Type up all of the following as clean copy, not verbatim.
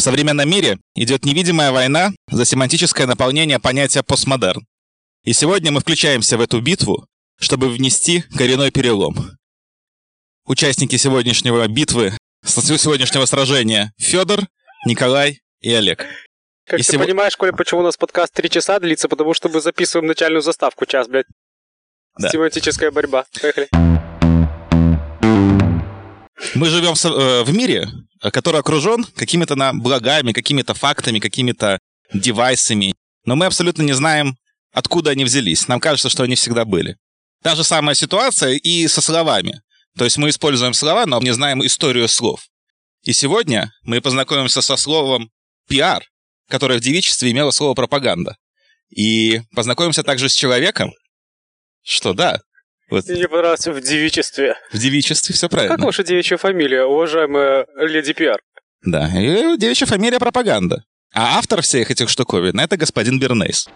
современном мире идет невидимая война за семантическое наполнение понятия постмодерн. И сегодня мы включаемся в эту битву, чтобы внести коренной перелом. Участники сегодняшнего битвы, сегодняшнего сражения — Федор, Николай и Олег. Как ты понимаешь, Коля, почему у нас подкаст 3 часа длится? Потому что мы записываем начальную заставку час, блядь. Да. Семантическая борьба. Поехали. Мы живем в мире, который окружен какими-то благами, какими-то фактами, какими-то девайсами. Но мы абсолютно не знаем, откуда они взялись. Нам кажется, что они всегда были. Та же самая ситуация и со словами. То есть мы используем слова, но не знаем историю слов. И сегодня мы познакомимся со словом «пиар», которое в девичестве имело слово «пропаганда». И познакомимся также с человеком, что да. Вот. Мне понравилось в девичестве. В девичестве, все правильно. Как ваша девичья фамилия, уважаемая леди Пиар? Да, и девичья фамилия «пропаганда». А автор всех этих штуковин — это господин Бернейс.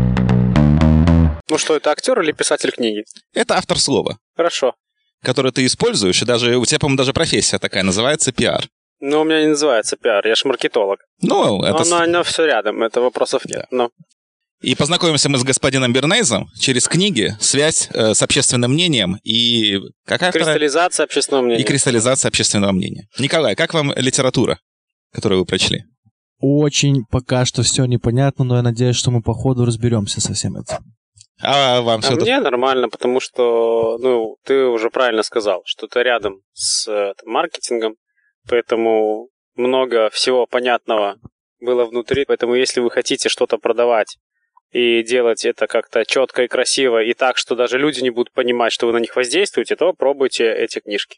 Ну что, это актер или писатель книги? Это автор слова. Хорошо. Которое ты используешь, и даже у тебя, по-моему, даже профессия такая называется — пиар. Ну, у меня не называется пиар, я ж маркетолог. Ну, это... Но оно все рядом, это вопросов нет. Да. И познакомимся мы с господином Бернейзом через книги, связь с общественным мнением и... Кристаллизация общественного мнения. И кристаллизация общественного мнения. Николай, как вам литература, которую вы прочли? Очень пока что все непонятно, но я надеюсь, что мы по ходу разберемся со всем этим. А вам все мне нормально, потому что, ты уже правильно сказал, что ты рядом с маркетингом, поэтому много всего понятного было внутри. Поэтому если вы хотите что-то продавать и делать это как-то четко и красиво, и так, что даже люди не будут понимать, что вы на них воздействуете, то пробуйте эти книжки.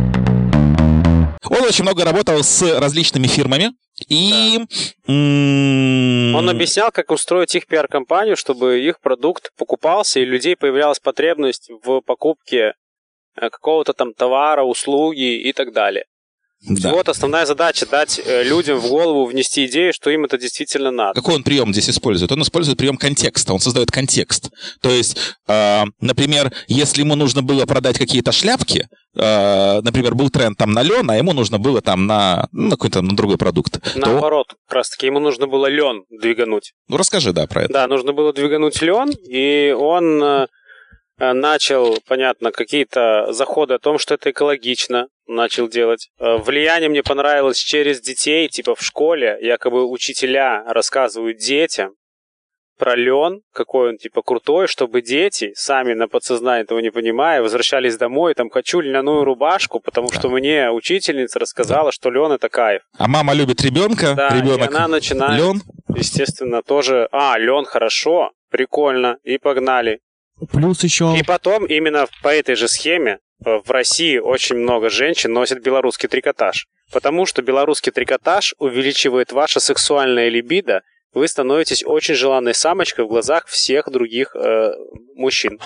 Он очень много работал с различными фирмами, и... Да. Он объяснял, как устроить их пиар-компанию, чтобы их продукт покупался, и у людей появлялась потребность в покупке какого-то там товара, услуги и так далее. Да. Вот основная задача — дать людям в голову внести идею, что им это действительно надо. Какой он прием здесь использует? Он использует прием контекста, он создает контекст. То есть, например, если ему нужно было продать какие-то шляпки, например, был тренд там на лен, а ему нужно было там на какой-то на другой продукт. Наоборот, как раз таки ему нужно было лен двигануть. Ну, расскажи, да, про это. Да, нужно было двигануть лен, и он начал, понятно, какие-то заходы о том, что это экологично, начал делать. Влияние мне понравилось через детей, типа в школе, якобы учителя рассказывают детям про лен, какой он типа крутой, чтобы дети, сами на подсознании этого не понимая, возвращались домой, там, хочу льняную рубашку, потому что мне учительница рассказала, что лен это кайф. А мама любит ребенка, да, ребенок и она начинает, лен. Естественно, тоже, лен хорошо, прикольно, и погнали. Плюс еще... И потом именно по этой же схеме в России очень много женщин носят белорусский трикотаж. Потому что белорусский трикотаж увеличивает ваше сексуальное либидо, вы становитесь очень желанной самочкой в глазах всех других мужчин.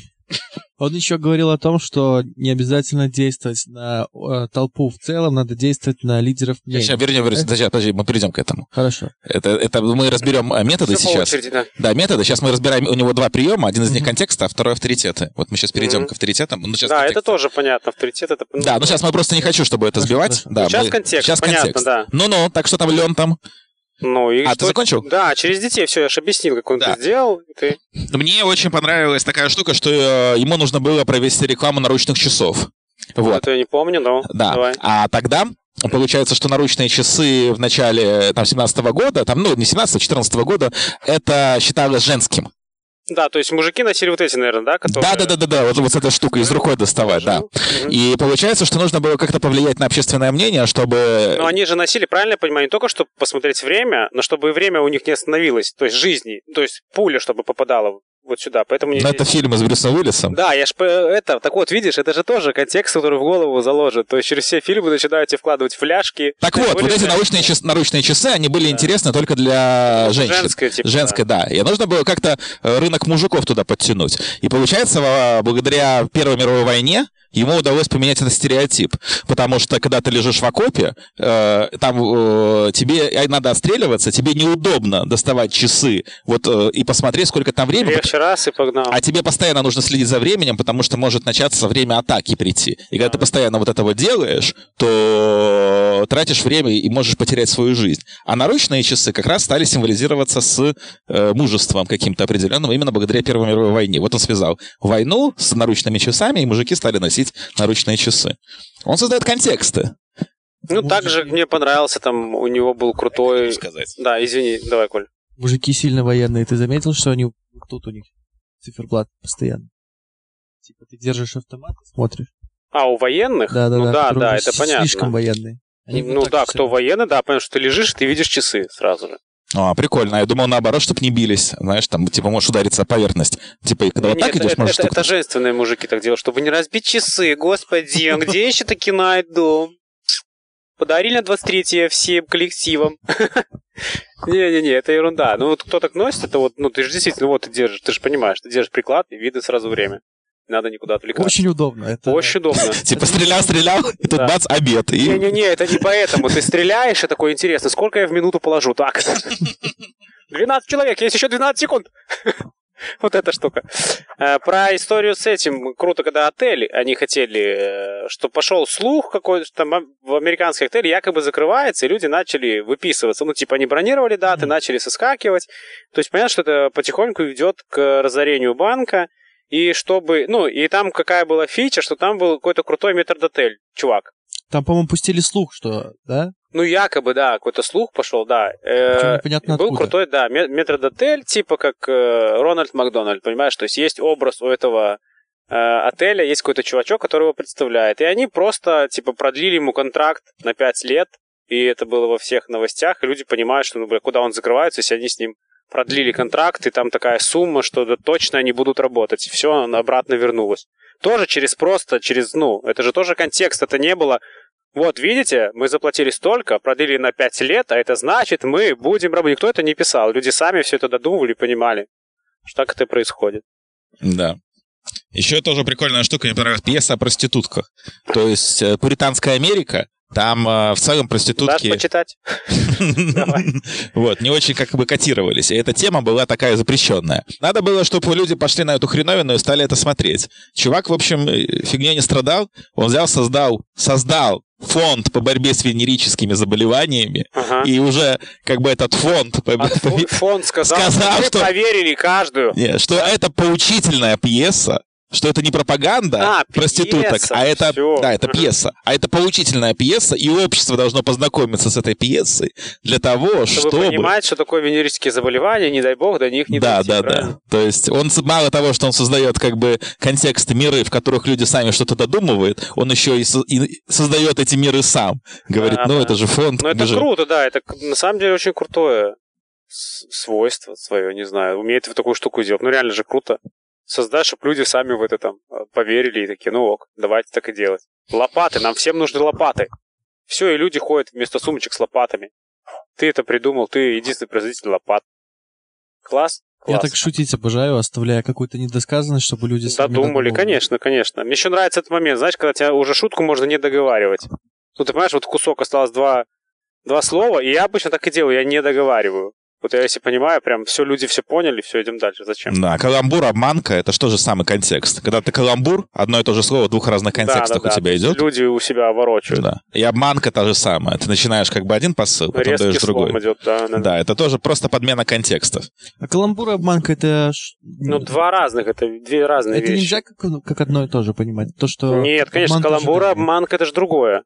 Он еще говорил о том, что не обязательно действовать на толпу в целом, надо действовать на лидеров мнений. Сейчас подожди, мы перейдем к этому. Хорошо. Это мы разберем методы все сейчас. По очереди, да. Да, методы. Сейчас мы разбираем, у него 2 приема, один из них контекста, а второй авторитеты. Вот мы сейчас перейдем к авторитетам. Да, контекст. Это тоже понятно, авторитет это... Да, но сейчас мы просто не хочу, чтобы это сбивать. Да, сейчас контекст, сейчас понятно, контекст. Да. Ну, так что там лен там? Ты закончил? Да, через детей все, я же объяснил, как он это сделал. Мне очень понравилась такая штука, что ему нужно было провести рекламу наручных часов. Вот. Это я не помню, но да. Давай. А тогда получается, что наручные часы в начале 17-го года, не 17-го, 14-го года, это считалось женским. Да, то есть мужики носили вот эти, наверное, да? Которые... Да, вот с этой штукой из рукой доставать, да. И получается, что нужно было как-то повлиять на общественное мнение, чтобы... Но они же носили, правильно я понимаю, не только чтобы посмотреть время, но чтобы время у них не остановилось, то есть жизни, то есть пуля, чтобы попадала вот сюда, поэтому... Но это фильм с Брюсом Уиллисом. Да, так вот, видишь, это же тоже контекст, который в голову заложит, то есть через все фильмы начинаете вкладывать фляжки. Так вот эти наручные часы, они были интересны только для женщин. Женской, да. И нужно было как-то рынок мужиков туда подтянуть. И получается, благодаря Первой мировой войне ему удалось поменять этот стереотип. Потому что, когда ты лежишь в окопе, тебе надо отстреливаться, тебе неудобно доставать часы и посмотреть, сколько там времени. Легче раз и погнал. А тебе постоянно нужно следить за временем, потому что может начаться время атаки прийти. И когда ты постоянно вот это вот делаешь, то тратишь время и можешь потерять свою жизнь. А наручные часы как раз стали символизироваться с мужеством каким-то определенным именно благодаря Первой мировой войне. Вот он связал войну с наручными часами, и мужики стали носить наручные часы. Он создает контексты. Ну, также мне понравился, там у него был крутой... Да, извини, давай, Коль. Мужики сильно военные. Ты заметил, что они тут у них циферблат постоянно? Типа ты держишь автомат и смотришь. А, у военных? Да, это понятно. Слишком военные. Кто военный, да, потому что ты лежишь, ты видишь часы сразу же. Прикольно. Я думал, наоборот, чтобы не бились. Знаешь, там, типа, можешь удариться о поверхность. Типа, и когда так идешь, можешь... Это женственные мужики так делают, чтобы не разбить часы. Господи, а где еще таки найду? Подарили на 23-е всем коллективам. Не-не-не, это ерунда. Ну, вот кто так носит, это вот, ты же действительно, ты держишь, ты же понимаешь, ты держишь приклад, и видно сразу время. Не надо никуда отвлекаться. Очень удобно. Очень удобно. Типа стрелял, и тут бац, обед. Не-не-не, это не поэтому. Ты стреляешь, и такое интересно, сколько я в минуту положу? Так, 12 человек, есть еще 12 секунд. Вот эта штука. Про историю с этим круто, когда отель, они хотели, что пошел слух какой-то там в американский отель якобы закрывается, и люди начали выписываться. Они бронировали даты, начали соскакивать. То есть понятно, что это потихоньку ведет к разорению банка. И чтобы, и там какая была фича, что там был какой-то крутой метрдотель, чувак. Там, по-моему, пустили слух, что, да? Якобы, да, какой-то слух пошел, да. Непонятно был откуда. Крутой, да, метрдотель, типа как Рональд Макдональд, понимаешь? То есть есть образ у этого отеля, есть какой-то чувачок, который его представляет. И они просто, продлили ему контракт на 5 лет, и это было во всех новостях, и люди понимают, что, куда он закрывается, если они с ним продлили контракт, и там такая сумма, что точно они будут работать. И все, она обратно вернулась. Тоже это же тоже контекст, это не было... Вот, видите, мы заплатили столько, продлили на 5 лет, а это значит, мы будем работать. Никто это не писал. Люди сами все это додумывали, понимали, что так это и происходит. Да. Еще тоже прикольная штука, мне понравилась пьеса о проститутках. То есть пуританская Америка, там в целом проститутки... Дашь почитать? Не очень котировались. И эта тема была такая запрещенная. Надо было, чтобы люди пошли на эту хреновину и стали это смотреть. Чувак, в общем, фигней не страдал. Он взял, создал фонд по борьбе с венерическими заболеваниями. И уже этот фонд... Фонд сказал, что проверили каждую. Что это поучительная пьеса. Что это не пропаганда проституток, пьеса, а это, всё. это пьеса. А это поучительная пьеса, и общество должно познакомиться с этой пьесой для того, чтобы понимать, что такое венерические заболевания, не дай бог, до них не дойти. Да. То есть он мало того, что он создает контексты, миры, в которых люди сами что-то додумывают, он еще и создает эти миры сам. Говорит, это же фонд. Это круто, да, это на самом деле очень крутое свойство свое, не знаю, умеет в такую штуку делать. Реально же круто. Создать, чтобы люди сами в это поверили и такие, давайте так и делать. Лопаты, нам всем нужны лопаты. Все, и люди ходят вместо сумочек с лопатами. Ты это придумал, ты единственный производитель лопат. Класс? Я так шутить обожаю, оставляя какую-то недосказанность, чтобы люди сами додумали. Конечно. Мне еще нравится этот момент, знаешь, когда тебя уже шутку можно не договаривать. Ты понимаешь, кусок осталось два слова, и я обычно так и делаю, я не договариваю. Я, если понимаю, прям люди все поняли, все, идем дальше. Зачем? Да, каламбур, обманка — это же тоже самый контекст. Когда ты каламбур, одно и то же слово в двух разных контекстах у тебя идет. Люди у себя ворочают. Да. И обманка та же самая. Ты начинаешь один посыл, потом резкий даешь другой. Идет, да, это тоже просто подмена контекстов. А каламбур и обманка — это... две разные вещи. Это нельзя как одно и то же понимать? То, что Нет, конечно, каламбур и обманка — это же другое.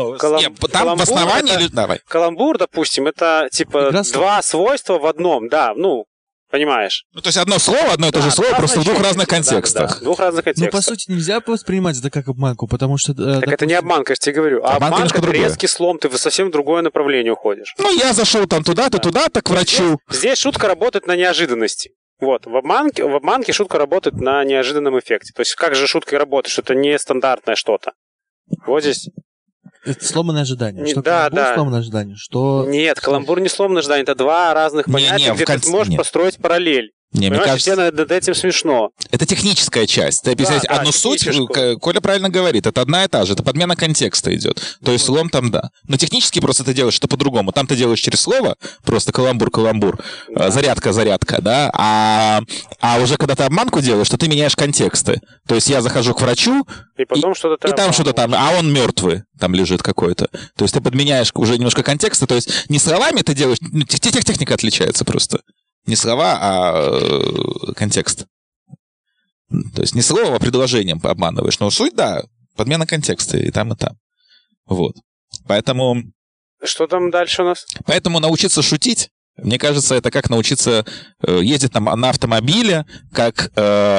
Там в основании... Давай. Каламбур, допустим, это два свойства в одном, да, понимаешь. То есть одно слово, одно и то же слово, просто в двух разных контекстах. В двух разных контекстах. По сути, нельзя воспринимать это как обманку, потому что... Так это не обманка, я же тебе говорю. А обманка — это резкий слом, ты в совсем другое направление уходишь. Я зашел туда, ты туда, так к врачу. Здесь шутка работает на неожиданности. В обманке шутка работает на неожиданном эффекте. То есть как же шутка работает, что это не стандартное что-то. Здесь... Это сломанное ожидание. Что каламбур сломанное ожидание? Что... Нет, каламбур не сломанное ожидание. Это два разных понятия, где ты можешь построить параллель. Не, мне кажется, тебе над этим смешно. это техническая часть. Ты объясняешь одну суть, Коля правильно говорит, это одна и та же, это подмена контекста идет. То есть слом там, да. Но технически просто ты делаешь это по-другому. Там ты делаешь через слово, просто каламбур, зарядка, да, а уже когда ты обманку делаешь, то ты меняешь контексты. То есть я захожу к врачу, и потом что-то и там что-то там, а он мертвый там лежит какой-то. То есть ты подменяешь уже немножко контексты, то есть не словами ты делаешь, техника отличается просто. Не слова, а контекст. То есть не слово, а предложением обманываешь. Но суть, да, подмена контекста и там, и там. Вот. Поэтому... Что там дальше у нас? Поэтому научиться шутить, мне кажется, это как научиться ездить на автомобиле, как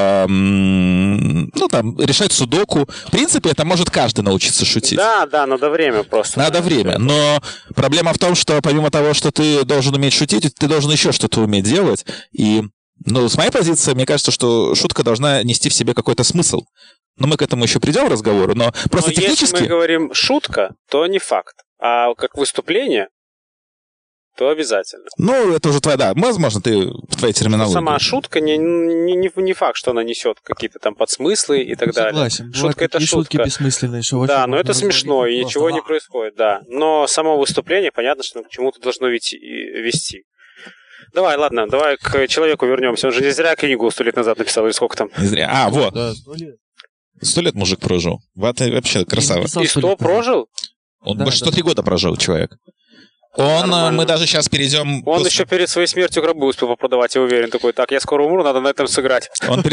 решать судоку. В принципе, это может каждый научиться шутить. Да, надо время просто. Надо время. Но проблема в том, что помимо того, что ты должен уметь шутить, ты должен еще что-то уметь делать. И, с моей позиции, мне кажется, что шутка должна нести в себе какой-то смысл. Но мы к этому еще придем в разговору, но просто технически... Если мы говорим шутка, то не факт. А как выступление, то обязательно. Это уже твоя, возможно, ты в твоей терминологии. Сама шутка не факт, что она несет какие-то там подсмыслы и так далее. Согласен. Шутка — это шутка. Шутки бессмысленные, что да, но это смешно, и ничего не происходит, да. Но само выступление, понятно, что к чему-то должно вести. Давай к человеку вернемся. Он же не зря книгу 100 лет назад написал, или сколько там? Не зря. Вот. Да, 100 лет. 100 лет мужик прожил. Вообще красава. И 100 прожил? Он больше 103 года прожил, человек. Мы даже сейчас перейдем... Он еще перед своей смертью гробы успел попродавать, я уверен. Такой, так, я скоро умру, надо на этом сыграть.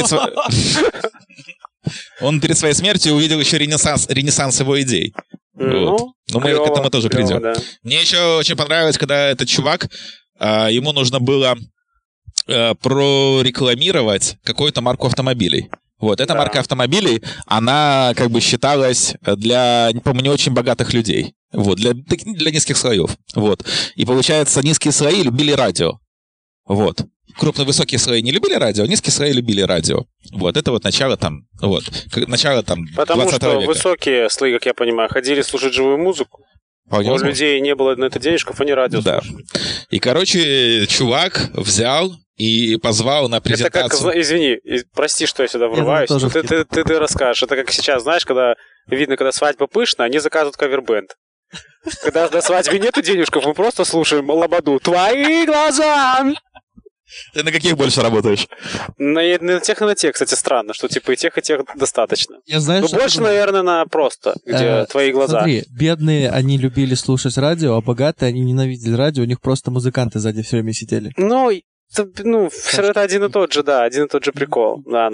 Он перед своей смертью увидел еще ренессанс его идей. Но мы к этому тоже придем. Да. Мне еще очень понравилось, когда этот чувак, ему нужно было прорекламировать какую-то марку автомобилей. Эта марка автомобилей, она как бы считалась для, по-моему, не очень богатых людей. Для низких слоев. И получается, низкие слои любили радио. Крупно-высокие слои не любили радио, низкие слои любили радио. Это начало там, начало там 20 Потому века. что высокие слои, как я понимаю, ходили слушать живую музыку. У людей не было на это денежков, они радио слушали. И, короче, чувак взял и позвал на презентацию. Это как, извини, прости, что я сюда врываюсь, но ты расскажешь. Это как сейчас, знаешь, когда свадьба пышная, они заказывают кавербэнд. Когда на свадьбе нету денежков, мы просто слушаем лободу. Твои глаза! Ты на каких больше работаешь? На тех и на тех, кстати, странно, что и тех достаточно. Я знаю, больше, наверное, на просто, где твои глаза. Смотри, бедные, они любили слушать радио, а богатые, они ненавидели радио, у них просто музыканты сзади все время сидели. Это один и тот же, да, один и тот же прикол. Да.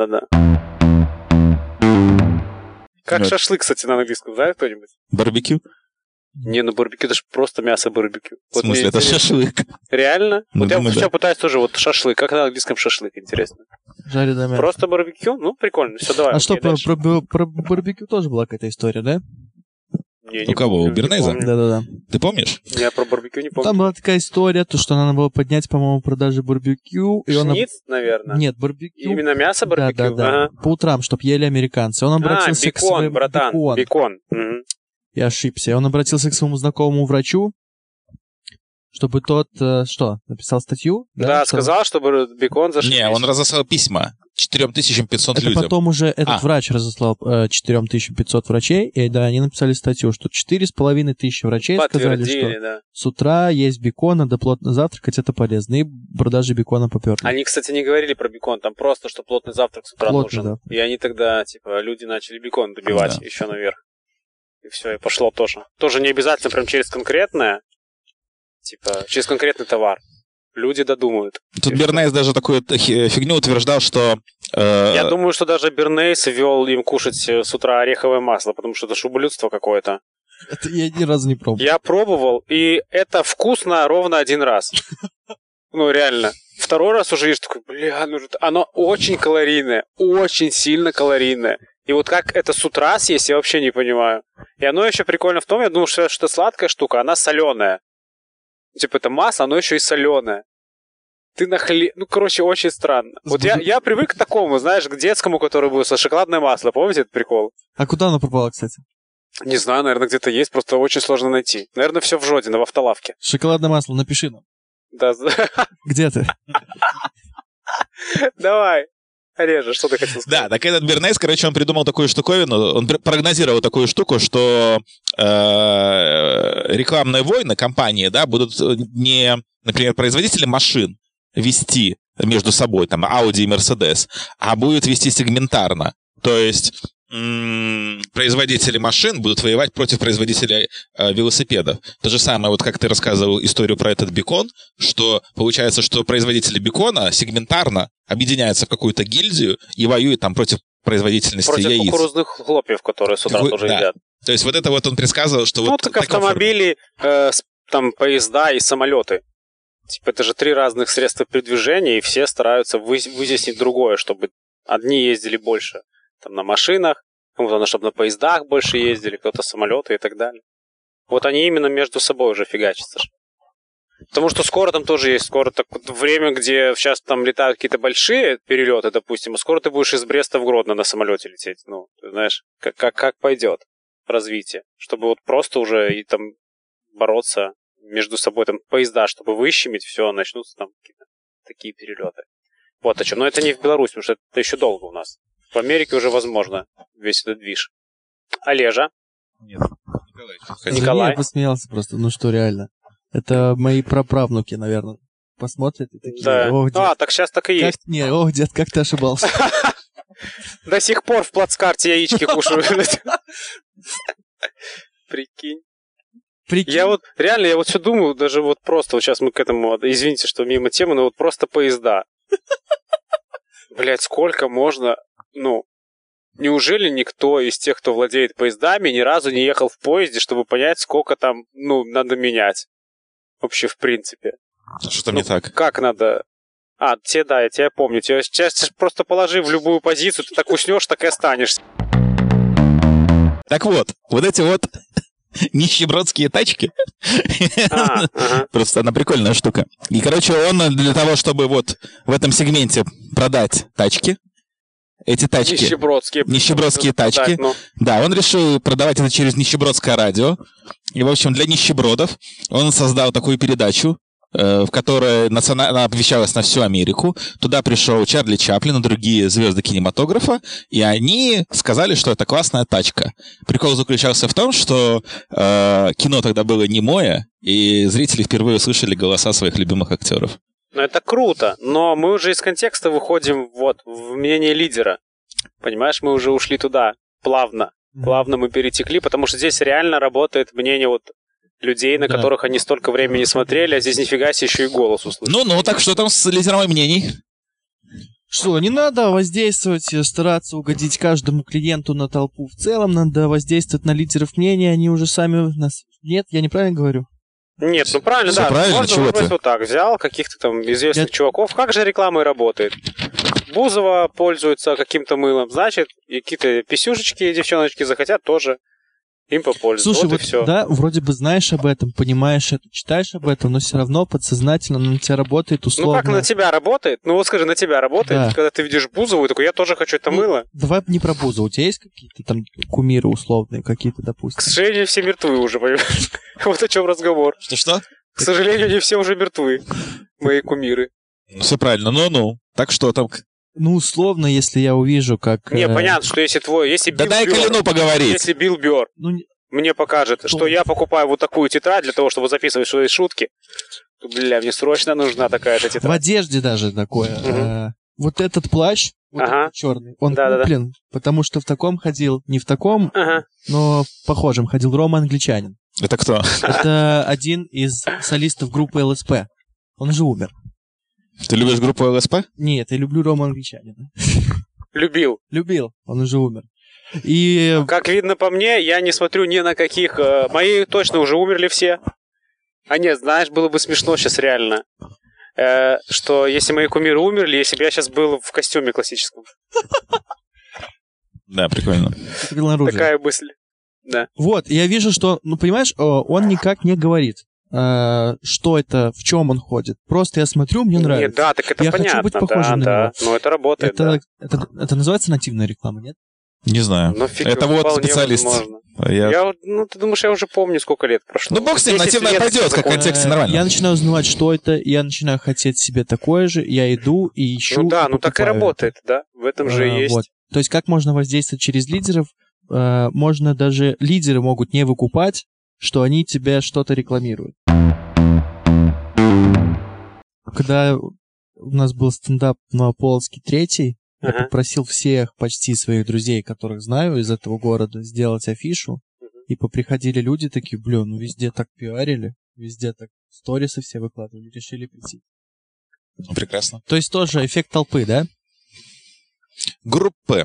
Как шашлык, кстати, на английском, знает кто-нибудь? Барбекю? Не, барбекю, это же просто мясо барбекю. В смысле, это шашлык? Реально? Я все пытаюсь тоже, шашлык. Как на английском шашлык, интересно? Жареное мясо. Просто барбекю? Прикольно. Все, давай. А что, про барбекю тоже была какая-то история, да? У кого? У Бернейза? Да. Ты помнишь? Я про барбекю не помню. Там была такая история, что надо было поднять, по-моему, продажи барбекю. Шниц, наверное? Нет, барбекю. Именно мясо барбекю? Да. По утрам, чтоб ели американцы. Он обратился к своему... Бекон. Я ошибся. Он обратился к своему знакомому врачу, чтобы тот, написал статью? Да, сказал, чтобы бекон зашибись. Не, он разослал письма 4500 людям. Это потом уже этот врач разослал 4500 врачей, и они написали статью, что 4500 врачей сказали, что с утра есть бекон, надо плотно завтракать, это полезно, и продажи бекона поперли. Они, кстати, не говорили про бекон, там просто, что плотный завтрак с утра нужен. Да. И они тогда, люди начали бекон добивать еще наверх. И все, и пошло тоже. Тоже не обязательно прям через конкретное, через конкретный товар. Люди додумают. Тут Бернейс даже такую фигню утверждал, что... Я думаю, что даже Бернейс вел им кушать с утра ореховое масло, потому что это ж ублюдство какое-то. Это я ни разу не пробовал. Я пробовал, и это вкусно ровно один раз. Реально. Второй раз уже ешь такой, оно очень калорийное, очень сильно калорийное. И как это с утра съесть, я вообще не понимаю. И оно еще прикольно в том, я думаю, что это сладкая штука, она соленая. Это масло, оно еще и соленое. Ты на хлеб... очень странно. Я привык к такому, знаешь, к детскому, который был со шоколадное масло. Помните этот прикол? А куда оно пропало, кстати? Не знаю, наверное, где-то есть, просто очень сложно найти. Наверное, все в Жодино, в автолавке. Шоколадное масло, напиши нам. Да. Где ты? Давай. Олежа, что ты хотел сказать? Да, так этот Бернейс, короче, он придумал такую штуковину, он прогнозировал такую штуку, что рекламные войны компании, да, будут не, например, производители машин вести между собой, там, Audi и Mercedes, а будут вести сегментарно. То есть производители машин будут воевать против производителей велосипедов. То же самое, вот как ты рассказывал историю про этот бекон, что получается, что производители бекона сегментарно объединяются в какую-то гильдию и воюют там против производительности яиц. Против кукурузных хлопьев, которые с утра тоже едят. То есть вот это вот он предсказывал, что ну, вот... так автомобили, там поезда и самолеты. Типа это же 3 разных средства передвижения, и все стараются вытеснить другое, чтобы одни ездили больше там на машинах, кому-то, чтобы на поездах больше ездили, кто-то самолеты и так далее. Вот они именно между собой уже фигачатся. Потому что скоро там тоже есть, скоро так время, где сейчас там летают какие-то большие перелеты, допустим, а скоро ты будешь из Бреста в Гродно на самолете лететь. Ну, ты знаешь, как пойдет развитие. Чтобы вот просто уже и там бороться между собой, там поезда, чтобы выщемить, все, начнутся там какие-то такие перелеты. Вот о чем. Но это не в Беларуси, потому что это еще долго у нас. В Америке уже возможно весь этот движ. Олежа? Нет, Николай. Я посмеялся просто, ну что, реально. Это мои праправнуки, наверное, посмотрят и такие, да. Ох, дед, так сейчас так и есть. Не, ох, дед, как ты ошибался. До сих пор в плацкарте яички кушаю. Прикинь. Я вот, реально, я вот все думаю, даже вот просто, вот сейчас мы к этому, извините, что мимо темы, но вот просто поезда. Блять, сколько можно, ну, неужели никто из тех, кто владеет поездами, ни разу не ехал в поезде, чтобы понять, сколько там, ну, надо менять? Вообще, в принципе. Что там не так? Как надо... я тебя помню. Тебя сейчас просто положи в любую позицию, ты так уснешь, так и останешься. Так вот эти вот нищебродские тачки. Просто она прикольная штука. И, короче, он для того, чтобы вот в этом сегменте продать тачки, эти тачки... Нищебродские тачки. Да, он решил продавать это через нищебродское радио. И, в общем, для нищебродов он создал такую передачу, в которой она обвещалась на всю Америку. Туда пришел Чарли Чаплин и другие звезды кинематографа, и они сказали, что это классная тачка. Прикол заключался в том, что кино тогда было немое, и зрители впервые услышали голоса своих любимых актеров. Ну, это круто, но мы уже из контекста выходим вот в мнение лидера. Понимаешь, мы уже ушли туда плавно. Плавно мы перетекли, потому что здесь реально работает мнение вот людей, на которых они столько времени смотрели, а здесь нифига себе еще и голос услышали. Ну, так что там с лидером мнений? Что, не надо воздействовать, стараться угодить каждому клиенту на толпу в целом, надо воздействовать на лидеров мнений, они уже сами нас... Нет, я неправильно говорю? Нет, ну правильно, все да. Правильно, можно выбрать вот так. Взял каких-то там известных чуваков. Как же реклама работает? Бузова пользуется каким-то мылом, значит, и какие-то писюшечки, девчоночки захотят тоже им попользоваться. Слушай, вот и все. Да, вроде бы знаешь об этом, понимаешь это, читаешь об этом, но все равно подсознательно на тебя работает условно. Ну как на тебя работает? Ну вот скажи, на тебя работает, да. Когда ты видишь Бузову, и такой, я тоже хочу это мыло. Давай не про Бузову, у тебя есть какие-то там кумиры условные, какие-то, допустим? К сожалению, все мертвы уже, понимаешь? Вот о чем разговор. Что? К сожалению, они все уже мертвы, мои кумиры. Ну, все правильно, ну. Так что там... Ну, условно, если я увижу, как... Не, понятно, что если Билл Бёрр... дай Калину поговорить. Если Билл Бёрр мне покажет, что я покупаю вот такую тетрадь для того, чтобы записывать свои шутки, то, мне срочно нужна такая-то тетрадь. В одежде даже такое. Вот этот плащ, этот черный, он куплен, потому что в таком ходил, не в таком, но в похожем ходил Рома Англичанин. Это кто? Это один из солистов группы ЛСП. Он же умер. Ты любишь группу ЛСП? Нет, я люблю Рома Англичанина. Любил, он уже умер. И... Как видно по мне, я не смотрю ни на каких... Мои точно уже умерли все. А нет, знаешь, было бы смешно сейчас реально, что если мои кумиры умерли, если бы я сейчас был в костюме классическом. Да, прикольно. Такая мысль. Да. Вот, я вижу, что, ну, понимаешь, он никак не говорит, что это, в чем он ходит. Просто я смотрю, мне нравится. Нет, да, так это я понятно. Хочу быть похожим на него. Но это работает, это называется нативная реклама, нет? Не знаю. Это вот специалист. Ты думаешь, я уже помню, сколько лет прошло. Ну, бог с ним, нативно пойдет, как в контексте нормально. Я начинаю узнавать, что это, я начинаю хотеть себе такое же, я иду и ищу. Ну да, так и работает, да, в этом же и есть. Вот. То есть как можно воздействовать через лидеров? Можно даже, лидеры могут не выкупать, что они тебе что-то рекламируют. Когда у нас был стендап на Полоцке 3, я попросил всех почти своих друзей, которых знаю из этого города, сделать афишу. И поприходили люди такие, ну везде так пиарили, везде так сторисы все выкладывали, решили прийти. Прекрасно. То есть тоже эффект толпы, да? Группы.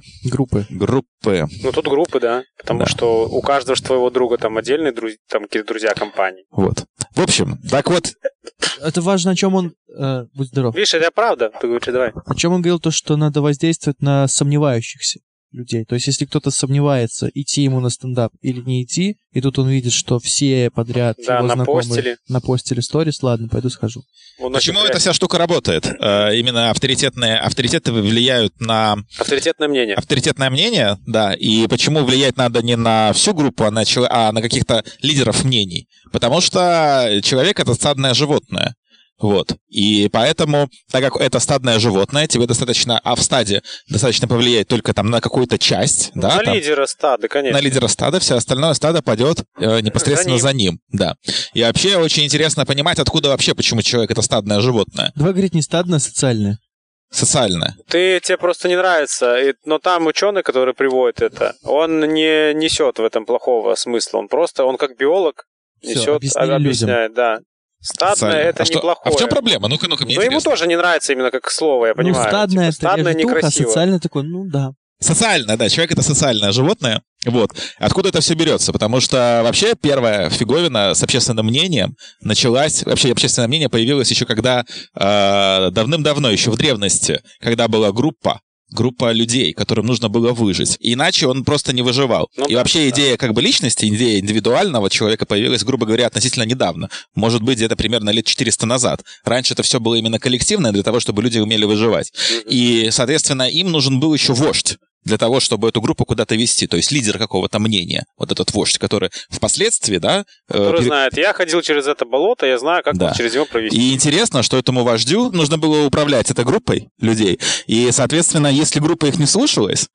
Ну, тут группы, да. Потому что у каждого твоего друга там отдельные друзья, там какие-то друзья компании. Вот. В общем, так вот. Это важно, о чем он... будь здоров. Видишь, это правда. Ты говоришь, давай. О чем он говорил, то, что надо воздействовать на сомневающихся людей. То есть, если кто-то сомневается, идти ему на стендап или не идти, и тут он видит, что все подряд его знакомые напостили сторис, ладно, пойду схожу. Почему эта вся штука работает? Именно авторитеты влияют на... Авторитетное мнение, да. И почему влиять надо не на всю группу, а на каких-то лидеров мнений? Потому что человек — это стадное животное. Вот. И поэтому, так как это стадное животное, тебе достаточно, в стаде достаточно повлиять только там на какую-то часть, да? На лидера стада, конечно. На лидера стада, все остальное стадо пойдет непосредственно за ним, да. И вообще очень интересно понимать, откуда вообще, почему человек это стадное животное. Давай говорить не стадное, а социальное. Социальное. Тебе просто не нравится, но там ученый, который приводит это, он не несет в этом плохого смысла, он как биолог несет, объясняет, да. Стадное — это неплохое. А в чем проблема? Ну-ка, мне интересно. Ему тоже не нравится именно как слово, я понимаю. Ну, стадное — это некрасиво. А социальное такое, да. Социальное, да, человек — это социальное животное. Вот. Откуда это все берется? Потому что вообще первая фиговина с общественным мнением началась... Вообще общественное мнение появилось еще когда... давным-давно, еще в древности, когда была группа людей, которым нужно было выжить. Иначе он просто не выживал. И вообще идея личности, идея индивидуального человека появилась, грубо говоря, относительно недавно. Может быть, где-то примерно лет 400 назад. Раньше это все было именно коллективное для того, чтобы люди умели выживать. И, соответственно, им нужен был еще вождь для того, чтобы эту группу куда-то вести, то есть лидер какого-то мнения, вот этот вождь, который впоследствии, да... Который знает, я ходил через это болото, я знаю, как через него провести. И интересно, что этому вождю нужно было управлять этой группой людей, и, соответственно, если группа их не слушалась,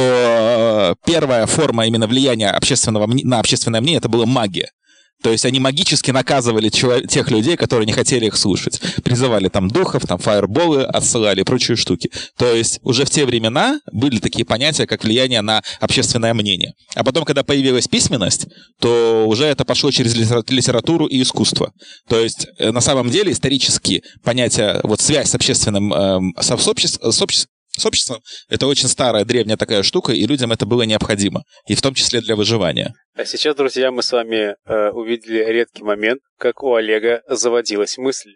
то первая форма именно влияния на общественное мнение — это была магия. То есть они магически наказывали тех людей, которые не хотели их слушать. Призывали там духов, там фаерболы отсылали и прочие штуки. То есть уже в те времена были такие понятия, как влияние на общественное мнение. А потом, когда появилась письменность, то уже это пошло через литературу и искусство. То есть на самом деле исторически понятие, связь с общественным, с обществом — это очень старая, древняя такая штука, и людям это было необходимо, и в том числе для выживания. А сейчас, друзья, мы с вами увидели редкий момент, как у Олега заводилась мысль.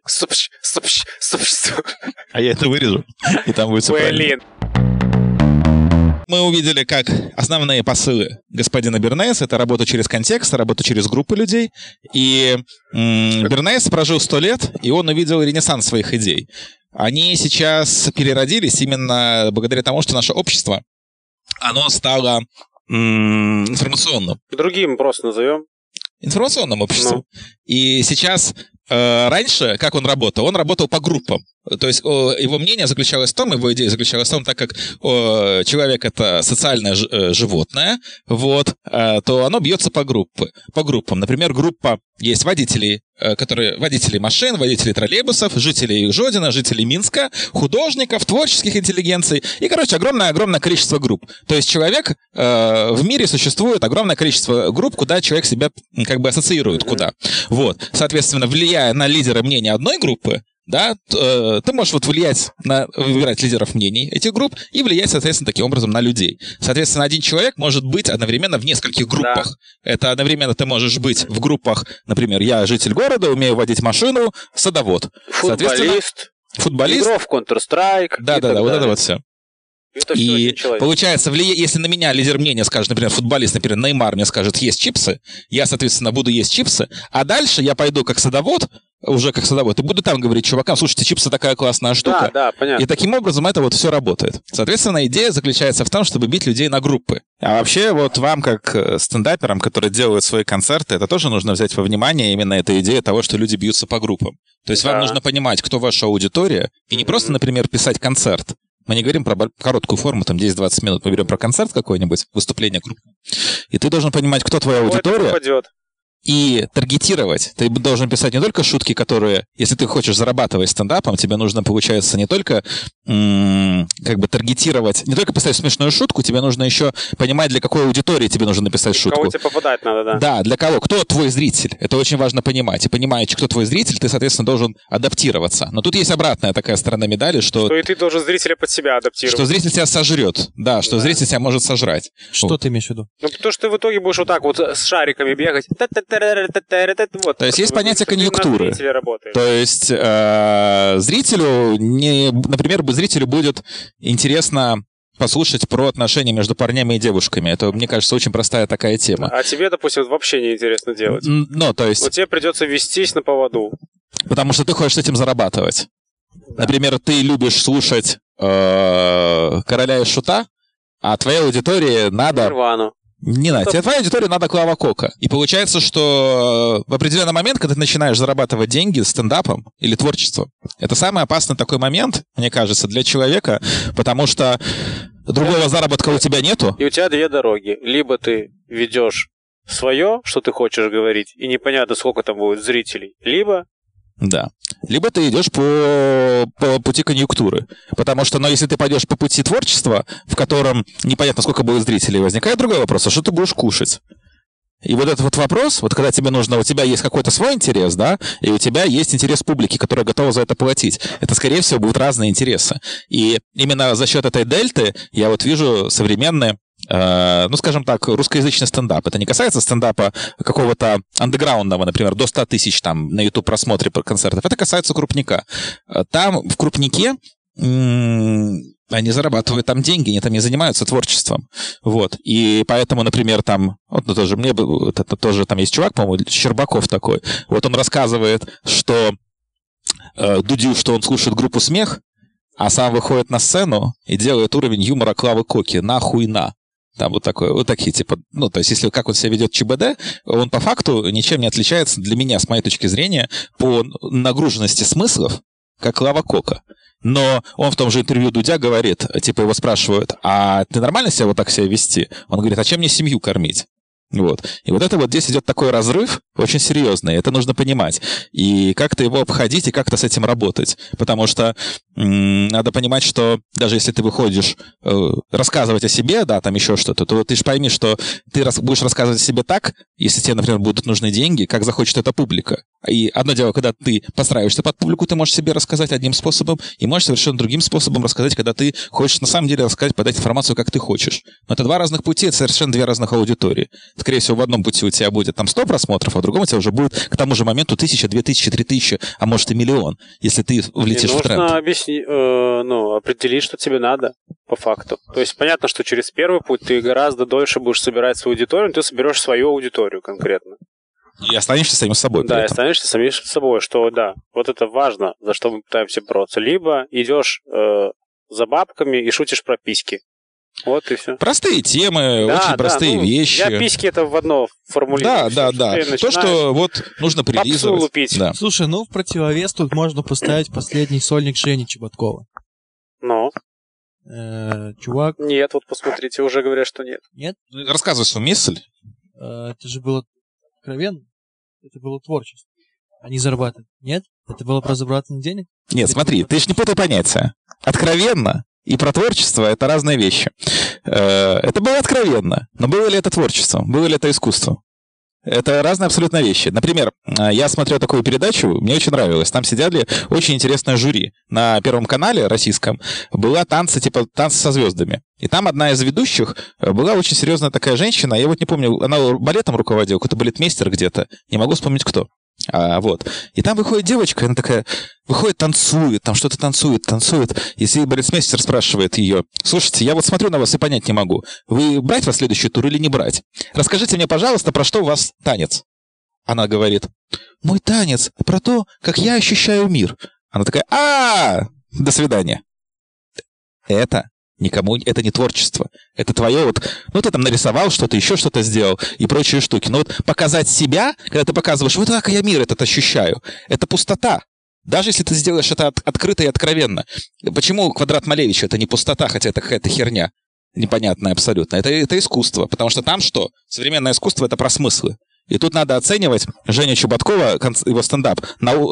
А я это вырежу, и там будет все правильно. Мы увидели, как основные посылы господина Бернейса — это работа через контекст, работа через группы людей. И Бернейс прожил 100 лет, и он увидел ренессанс своих идей. Они сейчас переродились именно благодаря тому, что наше общество, оно стало информационным. Другим просто назовем. Информационным обществом. И сейчас... Раньше, как он работал? Он работал по группам. То есть его мнение заключалось в том, его идея заключалась в том, так как человек — это социальное животное, то оно бьется по группам. Например, группа есть водителей машин, водителей троллейбусов, жителей Жодина, жителей Минска, художников, творческих интеллигенций и, огромное количество групп. То есть в мире существует огромное количество групп, куда человек себя ассоциирует, куда. Соответственно, влияя на лидера мнения одной группы, да, ты можешь выбирать лидеров мнений этих групп и влиять, соответственно, таким образом на людей. Соответственно, один человек может быть одновременно в нескольких группах. Да. Это одновременно ты можешь быть в группах, например, я житель города, умею водить машину, садовод. Футболист. Игрок в Counter-Strike. Да, это вот все. И получается, если на меня лидер мнения скажет, например, футболист, например, Неймар мне скажет, есть чипсы, я, соответственно, буду есть чипсы, а дальше я пойду как садовод, уже как садовод, и буду там говорить чувакам, слушайте, чипсы такая классная штука. Да, понятно. И таким образом это вот все работает. Соответственно, идея заключается в том, чтобы бить людей на группы. А вообще вот вам, как стендаперам, которые делают свои концерты, это тоже нужно взять во внимание именно эта идея того, что люди бьются по группам. То есть вам нужно понимать, кто ваша аудитория, и не просто, например, писать концерт. Мы не говорим про короткую форму, там 10-20 минут, мы берем про концерт какой-нибудь, выступление группы. И ты должен понимать, кто твоя аудитория. И таргетировать. Ты должен писать не только шутки, которые, если ты хочешь зарабатывать стендапом, тебе нужно, получается, не только как бы таргетировать, не только писать смешную шутку, тебе нужно еще понимать, для какой аудитории тебе нужно написать шутку. Кого тебе попадать надо, да? Да, для кого. Кто твой зритель? Это очень важно понимать. И понимая, кто твой зритель, ты, соответственно, должен адаптироваться. Но тут есть обратная такая сторона медали, что и ты должен зрителя под себя адаптировать. Что зритель тебя сожрет. Да, что зритель тебя может сожрать. Что ты имеешь в виду? Ну, потому что ты в итоге будешь вот так вот с шариками бегать. Вот, то есть есть понятие конъюнктуры. То есть зрителю, например, зрителю будет интересно послушать про отношения между парнями и девушками. Это, мне кажется, очень простая такая тема. А тебе, допустим, вообще не интересно делать. Ну, то есть... Вот тебе придется вестись на поводу. Потому что ты хочешь с этим зарабатывать. Да. Например, ты любишь слушать Короля и Шута, а твоей аудитории надо... Нирвану. Не надо. Тебе твоя аудитория надо Клава Кока. И получается, что в определенный момент, когда ты начинаешь зарабатывать деньги стендапом или творчеством, это самый опасный такой момент, мне кажется, для человека, потому что другого заработка у тебя нету. И у тебя две дороги. Либо ты ведешь свое, что ты хочешь говорить, и непонятно, сколько там будет зрителей, либо... Да. Либо ты идешь по пути конъюнктуры. Потому что, если ты пойдешь по пути творчества, в котором непонятно, сколько будет зрителей, возникает другой вопрос, а что ты будешь кушать? И вот этот вот вопрос, вот когда тебе нужно, у тебя есть какой-то свой интерес, да, и у тебя есть интерес публики, которая готова за это платить. Это, скорее всего, будут разные интересы. И именно за счет этой дельты я вот вижу современные, ну, скажем так, русскоязычный стендап. Это не касается стендапа какого-то андеграундного, например, до 100 тысяч там на YouTube просмотре концертов. Это касается крупника. Там в крупнике они зарабатывают там деньги, они там не занимаются творчеством. Вот. И поэтому, например, там, вот тоже мне, это тоже там есть чувак, по-моему, Щербаков такой. Вот он рассказывает, что Дудю, что он слушает группу «Смех», а сам выходит на сцену и делает уровень юмора Клавы Коки. Нахуй на. Там вот такое, вот такие, типа, ну, то есть, если как он себя ведет ЧБД, он по факту ничем не отличается для меня, с моей точки зрения, по нагруженности смыслов, как Клава Кока. Но он в том же интервью Дудя говорит, типа, его спрашивают, а ты нормально себя вот так себя вести? Он говорит, а чем мне семью кормить? Вот. И вот это вот здесь идет такой разрыв очень серьезный, это нужно понимать. И как-то его обходить, и как-то с этим работать. Потому что надо понимать, что даже если ты выходишь рассказывать о себе, да, там еще что-то, то ты же пойми, что ты будешь рассказывать о себе так, если тебе, например, будут нужны деньги, как захочет эта публика. И одно дело, когда ты подстраиваешься под публику, ты можешь себе рассказать одним способом, и можешь совершенно другим способом рассказать, когда ты хочешь на самом деле рассказать, подать информацию, как ты хочешь. Но это два разных пути, это совершенно две разных аудитории. Скорее всего, в одном пути у тебя будет там 100 просмотров, а в другом у тебя уже будет к тому же моменту 1000, 2000, 3000, а может и миллион, если ты влетишь в тренд. Нужно определить, что тебе надо, по факту. То есть понятно, что через первый путь ты гораздо дольше будешь собирать свою аудиторию, но ты соберешь свою аудиторию конкретно. И останешься самим собой. Да, и останешься самим собой, что да, вот это важно, за что мы пытаемся бороться. Либо идешь за бабками и шутишь про письки. Вот и все. Простые темы, да, очень простые вещи. Я письки это в одно формулирую. Да. То, что вот нужно прилизывать. Лупить. Да. Слушай, в противовес тут можно поставить последний сольник Жени Чеботкова. Ну? Чувак... Нет, вот посмотрите, уже говорят, что нет. Нет? Рассказывай свою мысль. Это же было откровенно. Это было творчество. Они зарабатывают. Нет? Это было про зарабатывание денег? Нет, смотри, ты же не путай понятия. Откровенно и про творчество — это разные вещи. Это было откровенно, но было ли это творчество? Было ли это искусство? Это разные абсолютно вещи. Например, я смотрел такую передачу, мне очень нравилось. Там сидели очень интересное жюри. На Первом канале российском была танцы со звездами. И там одна из ведущих была очень серьезная такая женщина. Я вот не помню, она балетом руководила, какой-то балетмейстер где-то. Не могу вспомнить, кто. Вот. И там выходит девочка, она такая, выходит, танцует, там что-то танцует. И балетмейстер спрашивает ее: слушайте, я вот смотрю на вас и понять не могу, вы брать вас в следующий тур или не брать? Расскажите мне, пожалуйста, про что у вас танец? Она говорит, мой танец про то, как я ощущаю мир. Она такая, до свидания. Это никому, это не творчество. Это твое вот, ну ты там нарисовал что-то, еще что-то сделал и прочие штуки. Но вот показать себя, когда ты показываешь, вот так я мир этот ощущаю, это пустота. Даже если ты сделаешь это открыто и откровенно. Почему квадрат Малевича это не пустота, хотя это какая-то херня непонятная абсолютно. Это искусство, потому что там что? Современное искусство — это про смыслы. И тут надо оценивать Женю Чеботкова, его стендап,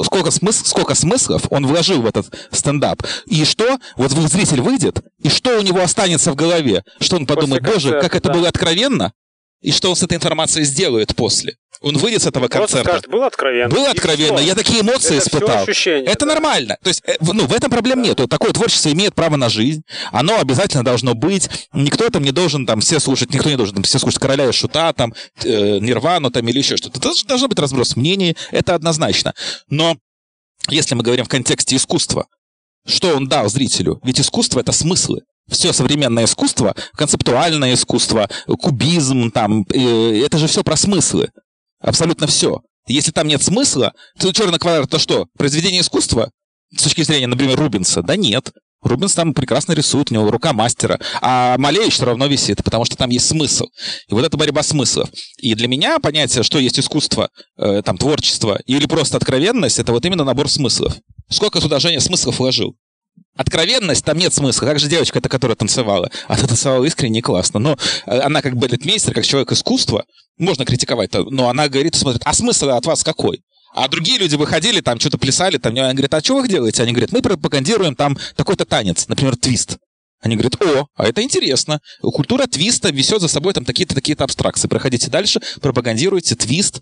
сколько смыслов он вложил в этот стендап. И что? Вот зритель выйдет, и что у него останется в голове? Что он подумает, боже, как это было откровенно? И что он с этой информацией сделает после? Он выйдет с этого концерта. Скажет, было откровенно. Было откровенно, я такие эмоции испытал. Это в этом проблем нет. Такое творчество имеет право на жизнь. Оно обязательно должно быть. Никто там не должен там все слушать, никто не должен там все слушать Короля и Шута, там, Нирвану там или еще что-то. Должен быть разброс мнений, это однозначно. Но если мы говорим в контексте искусства, что он дал зрителю? Ведь искусство — это смыслы. Все современное искусство, концептуальное искусство, кубизм, там, это же все про смыслы. Абсолютно все. Если там нет смысла, то «Черный квадрат» — это что? Произведение искусства? С точки зрения, например, Рубенса? Да нет. Рубенс там прекрасно рисует, у него рука мастера. А Малевич все равно висит, потому что там есть смысл. И вот это борьба смыслов. И для меня понятие, что есть искусство, там, творчество или просто откровенность, это вот именно набор смыслов. Сколько туда Женя смыслов вложил? Откровенность, там нет смысла. Как же девочка эта, которая танцевала? Она танцевала искренне и классно. Но она как балетмейстер, как человек искусства, можно критиковать, но она говорит, смотрит, а смысл от вас какой? А другие люди выходили, там что-то плясали, там, они говорят, а что вы делаете? Они говорят, мы пропагандируем там такой-то танец, например, твист. Они говорят, а это интересно. Культура твиста несет за собой там такие-то абстракции. Проходите дальше, пропагандируйте твист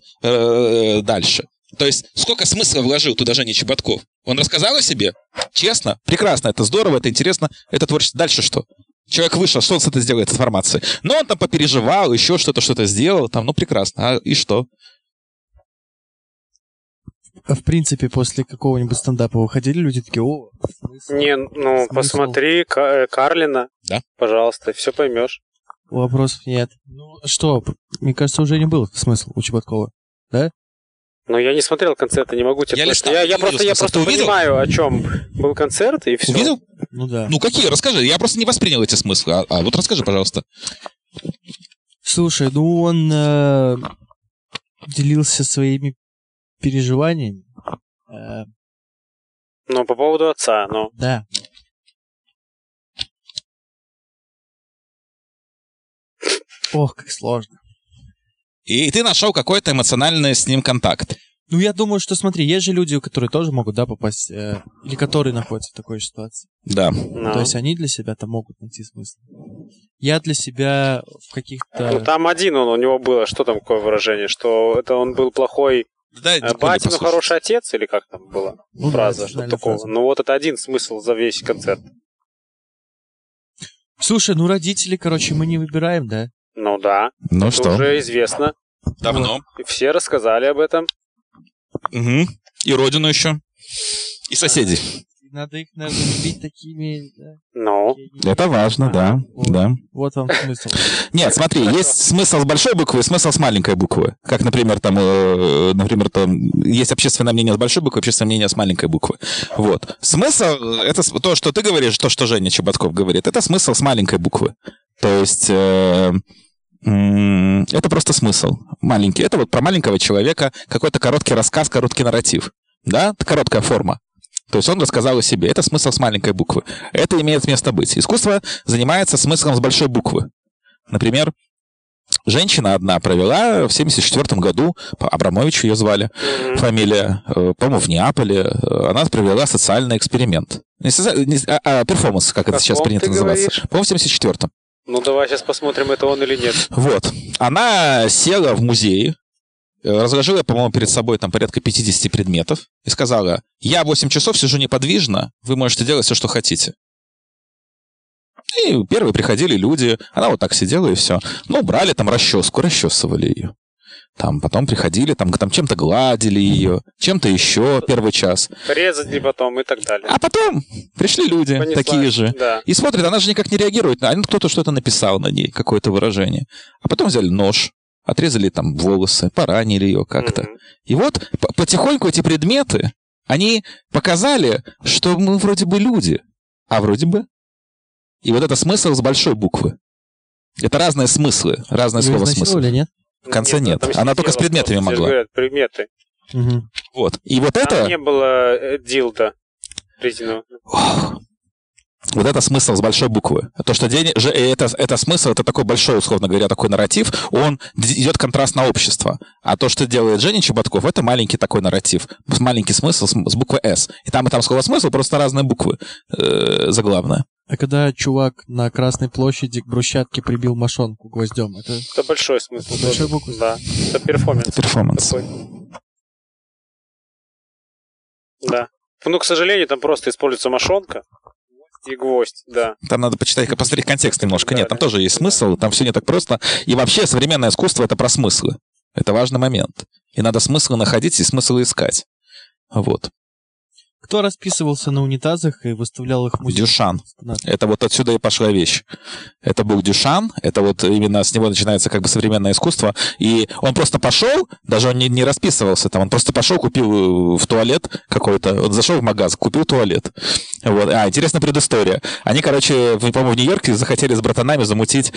дальше. То есть, сколько смысла вложил туда Женя Чеботков? Он рассказал о себе? Честно? Прекрасно, это здорово, это интересно, это творчество. Дальше что? Человек вышел, что он с этой сделает информацией? Но он там попереживал, еще что-то сделал, там, прекрасно. А и что? А в принципе, после какого-нибудь стендапа выходили люди такие, смысл. Смысл. Посмотри Карлина, да? Пожалуйста, все поймешь. Вопросов нет. Что, мне кажется, уже не был смысл у Чеботкова, да? Я не смотрел концерт, не могу тебе... Я просто понимаю, о чем был концерт, и все. Увидел? Да. Какие? Расскажи. Я просто не воспринял эти смыслы. А вот расскажи, пожалуйста. Слушай, он делился своими переживаниями. По поводу отца, Да. Ох, как сложно. И ты нашел какой-то эмоциональный с ним контакт. Я думаю, что, смотри, есть же люди, которые тоже могут, попасть, или которые находятся в такой ситуации. Да. То есть они для себя там могут найти смысл. Я для себя в каких-то... Там один у него было, что там какое выражение, что это он был плохой батя, но хороший отец, или как там было фраза, что такого. Фраза. Это один смысл за весь концерт. Слушай, родители, мы не выбираем, да? Да. Это что? Уже известно. Давно. И все рассказали об этом. Угу. И родину еще. И соседей. Надо их, наверное, любить такими, да? Это важно, да. Да. Вот вам смысл. Нет, смотри, есть смысл с большой буквы и смысл с маленькой буквы. Как, например, там есть общественное мнение с большой буквы, общественное мнение с маленькой буквы. Вот. Смысл, это то, что ты говоришь, то, что Женя Чеботков говорит, это смысл с маленькой буквы. То есть... это просто смысл маленький. Это вот про маленького человека, какой-то короткий рассказ, короткий нарратив. Да? Это короткая форма. То есть он рассказал о себе. Это смысл с маленькой буквы. Это имеет место быть. Искусство занимается смыслом с большой буквы. Например, женщина одна провела в 1974 году, Абрамович ее звали, фамилия, по-моему, в Неаполе, она провела социальный эксперимент. Перформанс, как это сейчас принято называться. По-моему, в 1974. Давай сейчас посмотрим, это он или нет. Вот. Она села в музее, разложила, по-моему, перед собой там порядка 50 предметов и сказала, я 8 часов сижу неподвижно, вы можете делать все, что хотите. И первые приходили люди, она вот так сидела и все. Брали там расческу, расчесывали ее. Там потом приходили, там чем-то гладили ее, чем-то еще первый час. Резали потом и так далее. А потом пришли люди такие же. Да. И смотрят, она же никак не реагирует. Кто-то что-то написал на ней, какое-то выражение. А потом взяли нож. отрезали там волосы, поранили ее как-то. И вот потихоньку эти предметы, они показали, что мы вроде бы люди, а вроде бы. И вот это смысл с большой буквы. Это разные смыслы, разное слово смысл. Нет? В конце нет. Она только с предметами могла. Говорят, предметы. Вот. И вот это... Там не было дилда резинового. Вот это смысл с большой буквы. То, что это смысл, это такой большой, условно говоря, такой нарратив, он идет контраст на общество. А то, что делает Женя Чеботков, это маленький такой нарратив. Маленький смысл с буквы «С». И там слово «смысл», просто разные буквы заглавные. А когда чувак на Красной площади к брусчатке прибил мошонку гвоздем, это большой смысл. Большой буквы? Да. Это перформанс. Да. Ну, к сожалению, там просто используется мошонка и гвоздь, да. Там надо посмотреть контекст немножко. Нет, там тоже есть смысл, там все не так просто. И вообще современное искусство — это про смыслы. Это важный момент. И надо смыслы находить и смыслы искать. Вот. Кто расписывался на унитазах и выставлял их в музей? Дюшан. Это вот отсюда и пошла вещь. Это был Дюшан, это вот именно с него начинается как бы современное искусство. И он просто пошел, даже он не расписывался там, он просто пошел, купил в туалет какой-то, он зашел в магаз, купил туалет. Вот. Интересная предыстория. Они, короче, по-моему, в Нью-Йорке захотели с братанами замутить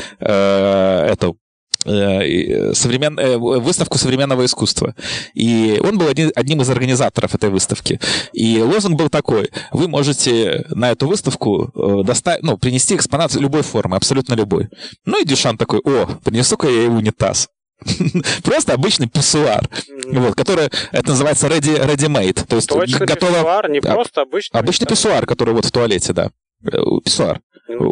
выставку современного искусства. И он был одним из организаторов этой выставки. И лозунг был такой: вы можете на эту выставку принести экспонат любой формы, абсолютно любой. Ну и Дюшан такой: принесу-ка я ей унитаз. Просто обычный писсуар, который, это называется ready-made. То есть точно писсуар, не просто обычный. Обычный писсуар, который вот в туалете, да. Писсуар.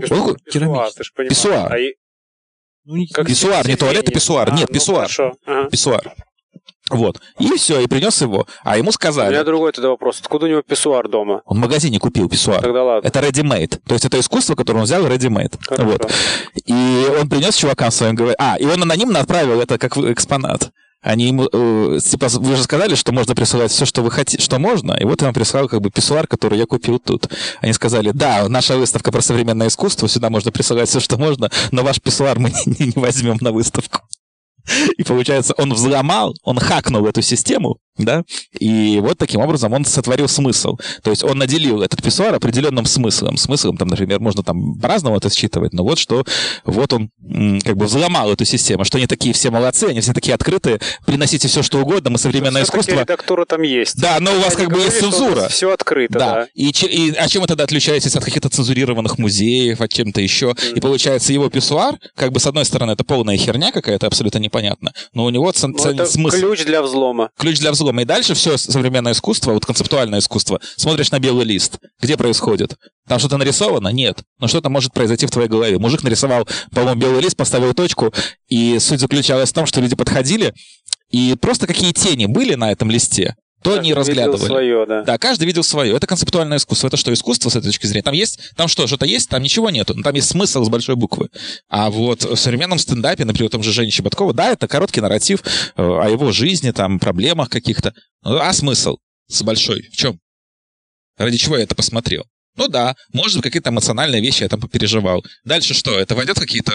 Писсуар. Писсуар, не туалет, а писсуар. Нет, писсуар. Писсуар. Вот. И все, и принес его. А ему сказали... У меня другой тогда вопрос. Откуда у него писсуар дома? Он в магазине купил писсуар. Тогда ладно. Это ready-made. То есть это искусство, которое он взял ready-made. Вот. И он принес чувакам своим, говорит... и он анонимно отправил это как экспонат. Они ему, типа, вы же сказали, что можно присылать все, что вы хотите, что можно, и вот я вам прислал как бы писсуар, который я купил тут. Они сказали: да, наша выставка про современное искусство, сюда можно присылать все, что можно, но ваш писсуар мы не возьмем на выставку. И получается, он взломал, он хакнул эту систему, да, и вот таким образом он сотворил смысл. То есть он наделил этот писсуар определенным смыслом. Смыслом, там, например, можно там по-разному это считывать, но вот что, вот он как бы взломал эту систему, что они такие все молодцы, они все такие открытые, приносите все, что угодно, мы современное искусство. Редактура там есть. Да, но у вас как бы есть цензура. Все открыто, да. И чем вы тогда отличаетесь от каких-то цензурированных музеев, от чем-то еще? И получается, его писсуар, как бы с одной стороны, это полная херня какая-то, абсолютно непонятно, но у него смысл. Ключ для взлома. Ключ для взлома. И дальше все современное искусство, вот концептуальное искусство, смотришь на белый лист. Где происходит? Там что-то нарисовано? Нет. Но что-то может произойти в твоей голове. Мужик нарисовал, по-моему, белый лист, поставил точку, и суть заключалась в том, что люди подходили, и просто какие тени были на этом листе, то не разглядывали. Свое, да. Да, каждый видел свое. Это концептуальное искусство. Это что, искусство с этой точки зрения? Там что-то есть, там ничего нету. Там есть смысл с большой буквы. А вот в современном стендапе, например, в том же Жене Чеботкова, да, это короткий нарратив о его жизни, там, проблемах каких-то. А смысл с большой в чем? Ради чего я это посмотрел? Ну да, может быть, какие-то эмоциональные вещи я там попереживал. Дальше что? Это войдет в какие-то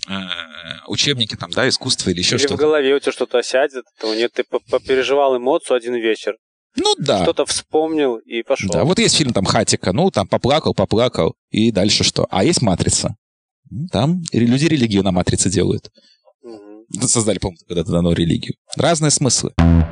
учебники, там, да, искусство или еще что-то. Или в голове у тебя что-то осядет, то нет, ты попереживал эмоцию один вечер. Ну да. Что-то вспомнил и пошел. Да, вот есть фильм там «Хатико», ну там поплакал, и дальше что? А есть «Матрица». Там люди религию на «Матрице» делают. Создали, по-моему, когда-то давно религию. Разные смыслы.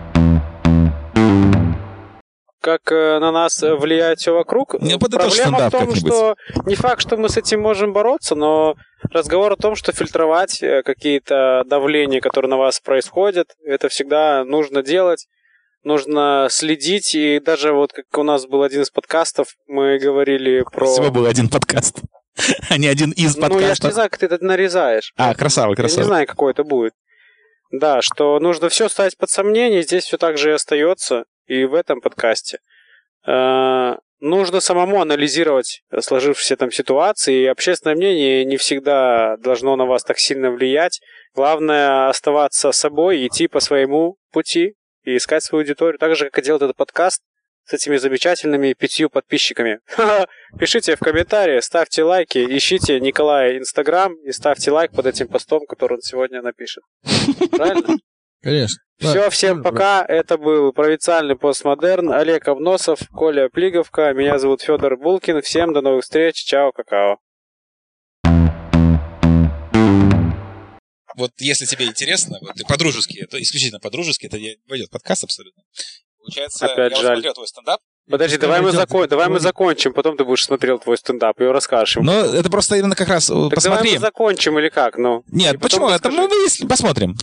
Как на нас влияет все вокруг. Проблема в том, что не факт, что мы с этим можем бороться, но разговор о том, что фильтровать какие-то давления, которые на вас происходят, это всегда нужно делать, нужно следить. И даже вот как у нас был один из подкастов, мы говорили про... Всего был один подкаст, а не один из подкастов. Ну, я же не знаю, как ты это нарезаешь. Красава. Я не знаю, какой это будет. Да, что нужно все ставить под сомнение, здесь все так же и остается. И в этом подкасте нужно самому анализировать сложившиеся там ситуации, и общественное мнение не всегда должно на вас так сильно влиять. Главное оставаться собой, идти по своему пути и искать свою аудиторию. Так же, как и делает этот подкаст, с этими замечательными 5 подписчиками. Пишите в комментарии, ставьте лайки, ищите Николая Инстаграм и ставьте лайк под этим постом, который он сегодня напишет. Правильно? Конечно. Все, всем пока. Это был провинциальный постмодерн. Олег Обносов, Коля Плиговка. Меня зовут Федор Булкин. Всем до новых встреч. Чао, какао. Вот если тебе интересно, вот, по-дружески, это исключительно по-дружески, это не войдет в подкаст абсолютно. Получается, опять я жаль. смотрел твой стендап. Подожди, давай мы закончим, потом ты будешь смотрел твой стендап и расскажешь ему. Ну, это просто именно как раз так посмотри. Давай мы закончим или как? Ну, нет, почему? Это мы посмотрим.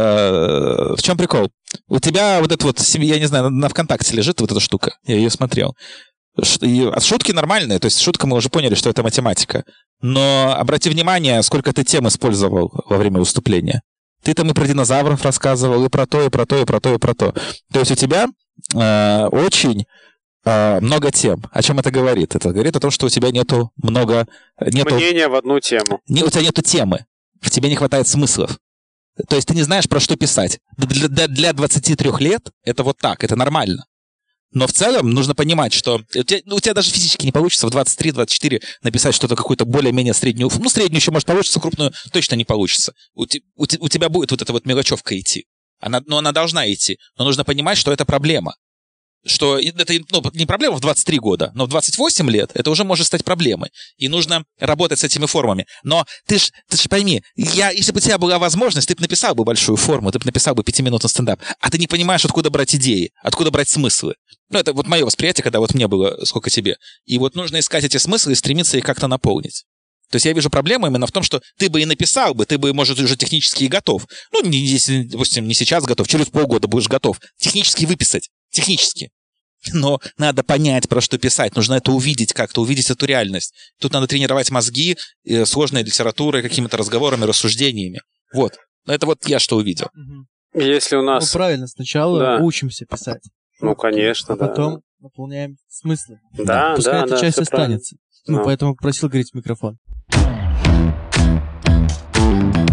В чем прикол? У тебя вот это вот, я не знаю, на ВКонтакте лежит вот эта штука. Я ее смотрел. Шутки нормальные, то есть шутка мы уже поняли, что это математика. Но обрати внимание, сколько ты тем использовал во время выступления. Ты там и про динозавров рассказывал, и про то, и про то, и про то, и про то. То есть у тебя очень много тем. О чем это говорит? Это говорит о том, что у тебя нету мнения в одну тему. У тебя нету темы. В тебе не хватает смыслов. То есть ты не знаешь, про что писать. Для 23 лет это вот так, это нормально. Но в целом нужно понимать, что у тебя даже физически не получится в 23-24 написать что-то какую-то более-менее среднюю. Ну, среднюю еще может получиться, крупную точно не получится. У тебя будет вот эта вот мелочевка идти. Она должна идти. Но нужно понимать, что это проблема. Что это не проблема в 23 года, но в 28 лет это уже может стать проблемой. И нужно работать с этими формами. Но ты ж пойми, если бы у тебя была возможность, ты бы написал бы большую форму, ты бы написал бы 5-минутный стендап, а ты не понимаешь, откуда брать идеи, откуда брать смыслы. Ну, это вот мое восприятие, когда вот мне было сколько тебе. И вот нужно искать эти смыслы и стремиться их как-то наполнить. То есть я вижу проблему именно в том, что ты бы и написал бы, ты бы, может, уже технически и готов. Ну, если, допустим, не сейчас готов, через полгода будешь готов технически выписать. Технически. Но надо понять, про что писать. Нужно это увидеть как-то, увидеть эту реальность. Тут надо тренировать мозги сложной литературой, какими-то разговорами, рассуждениями. Вот. Это вот я что увидел. Если у нас... Ну, правильно, сначала учимся писать. Ну, конечно, да. Потом наполняем смыслы. Да, пускай эта часть останется. Ну, поэтому попросил говорить в микрофон.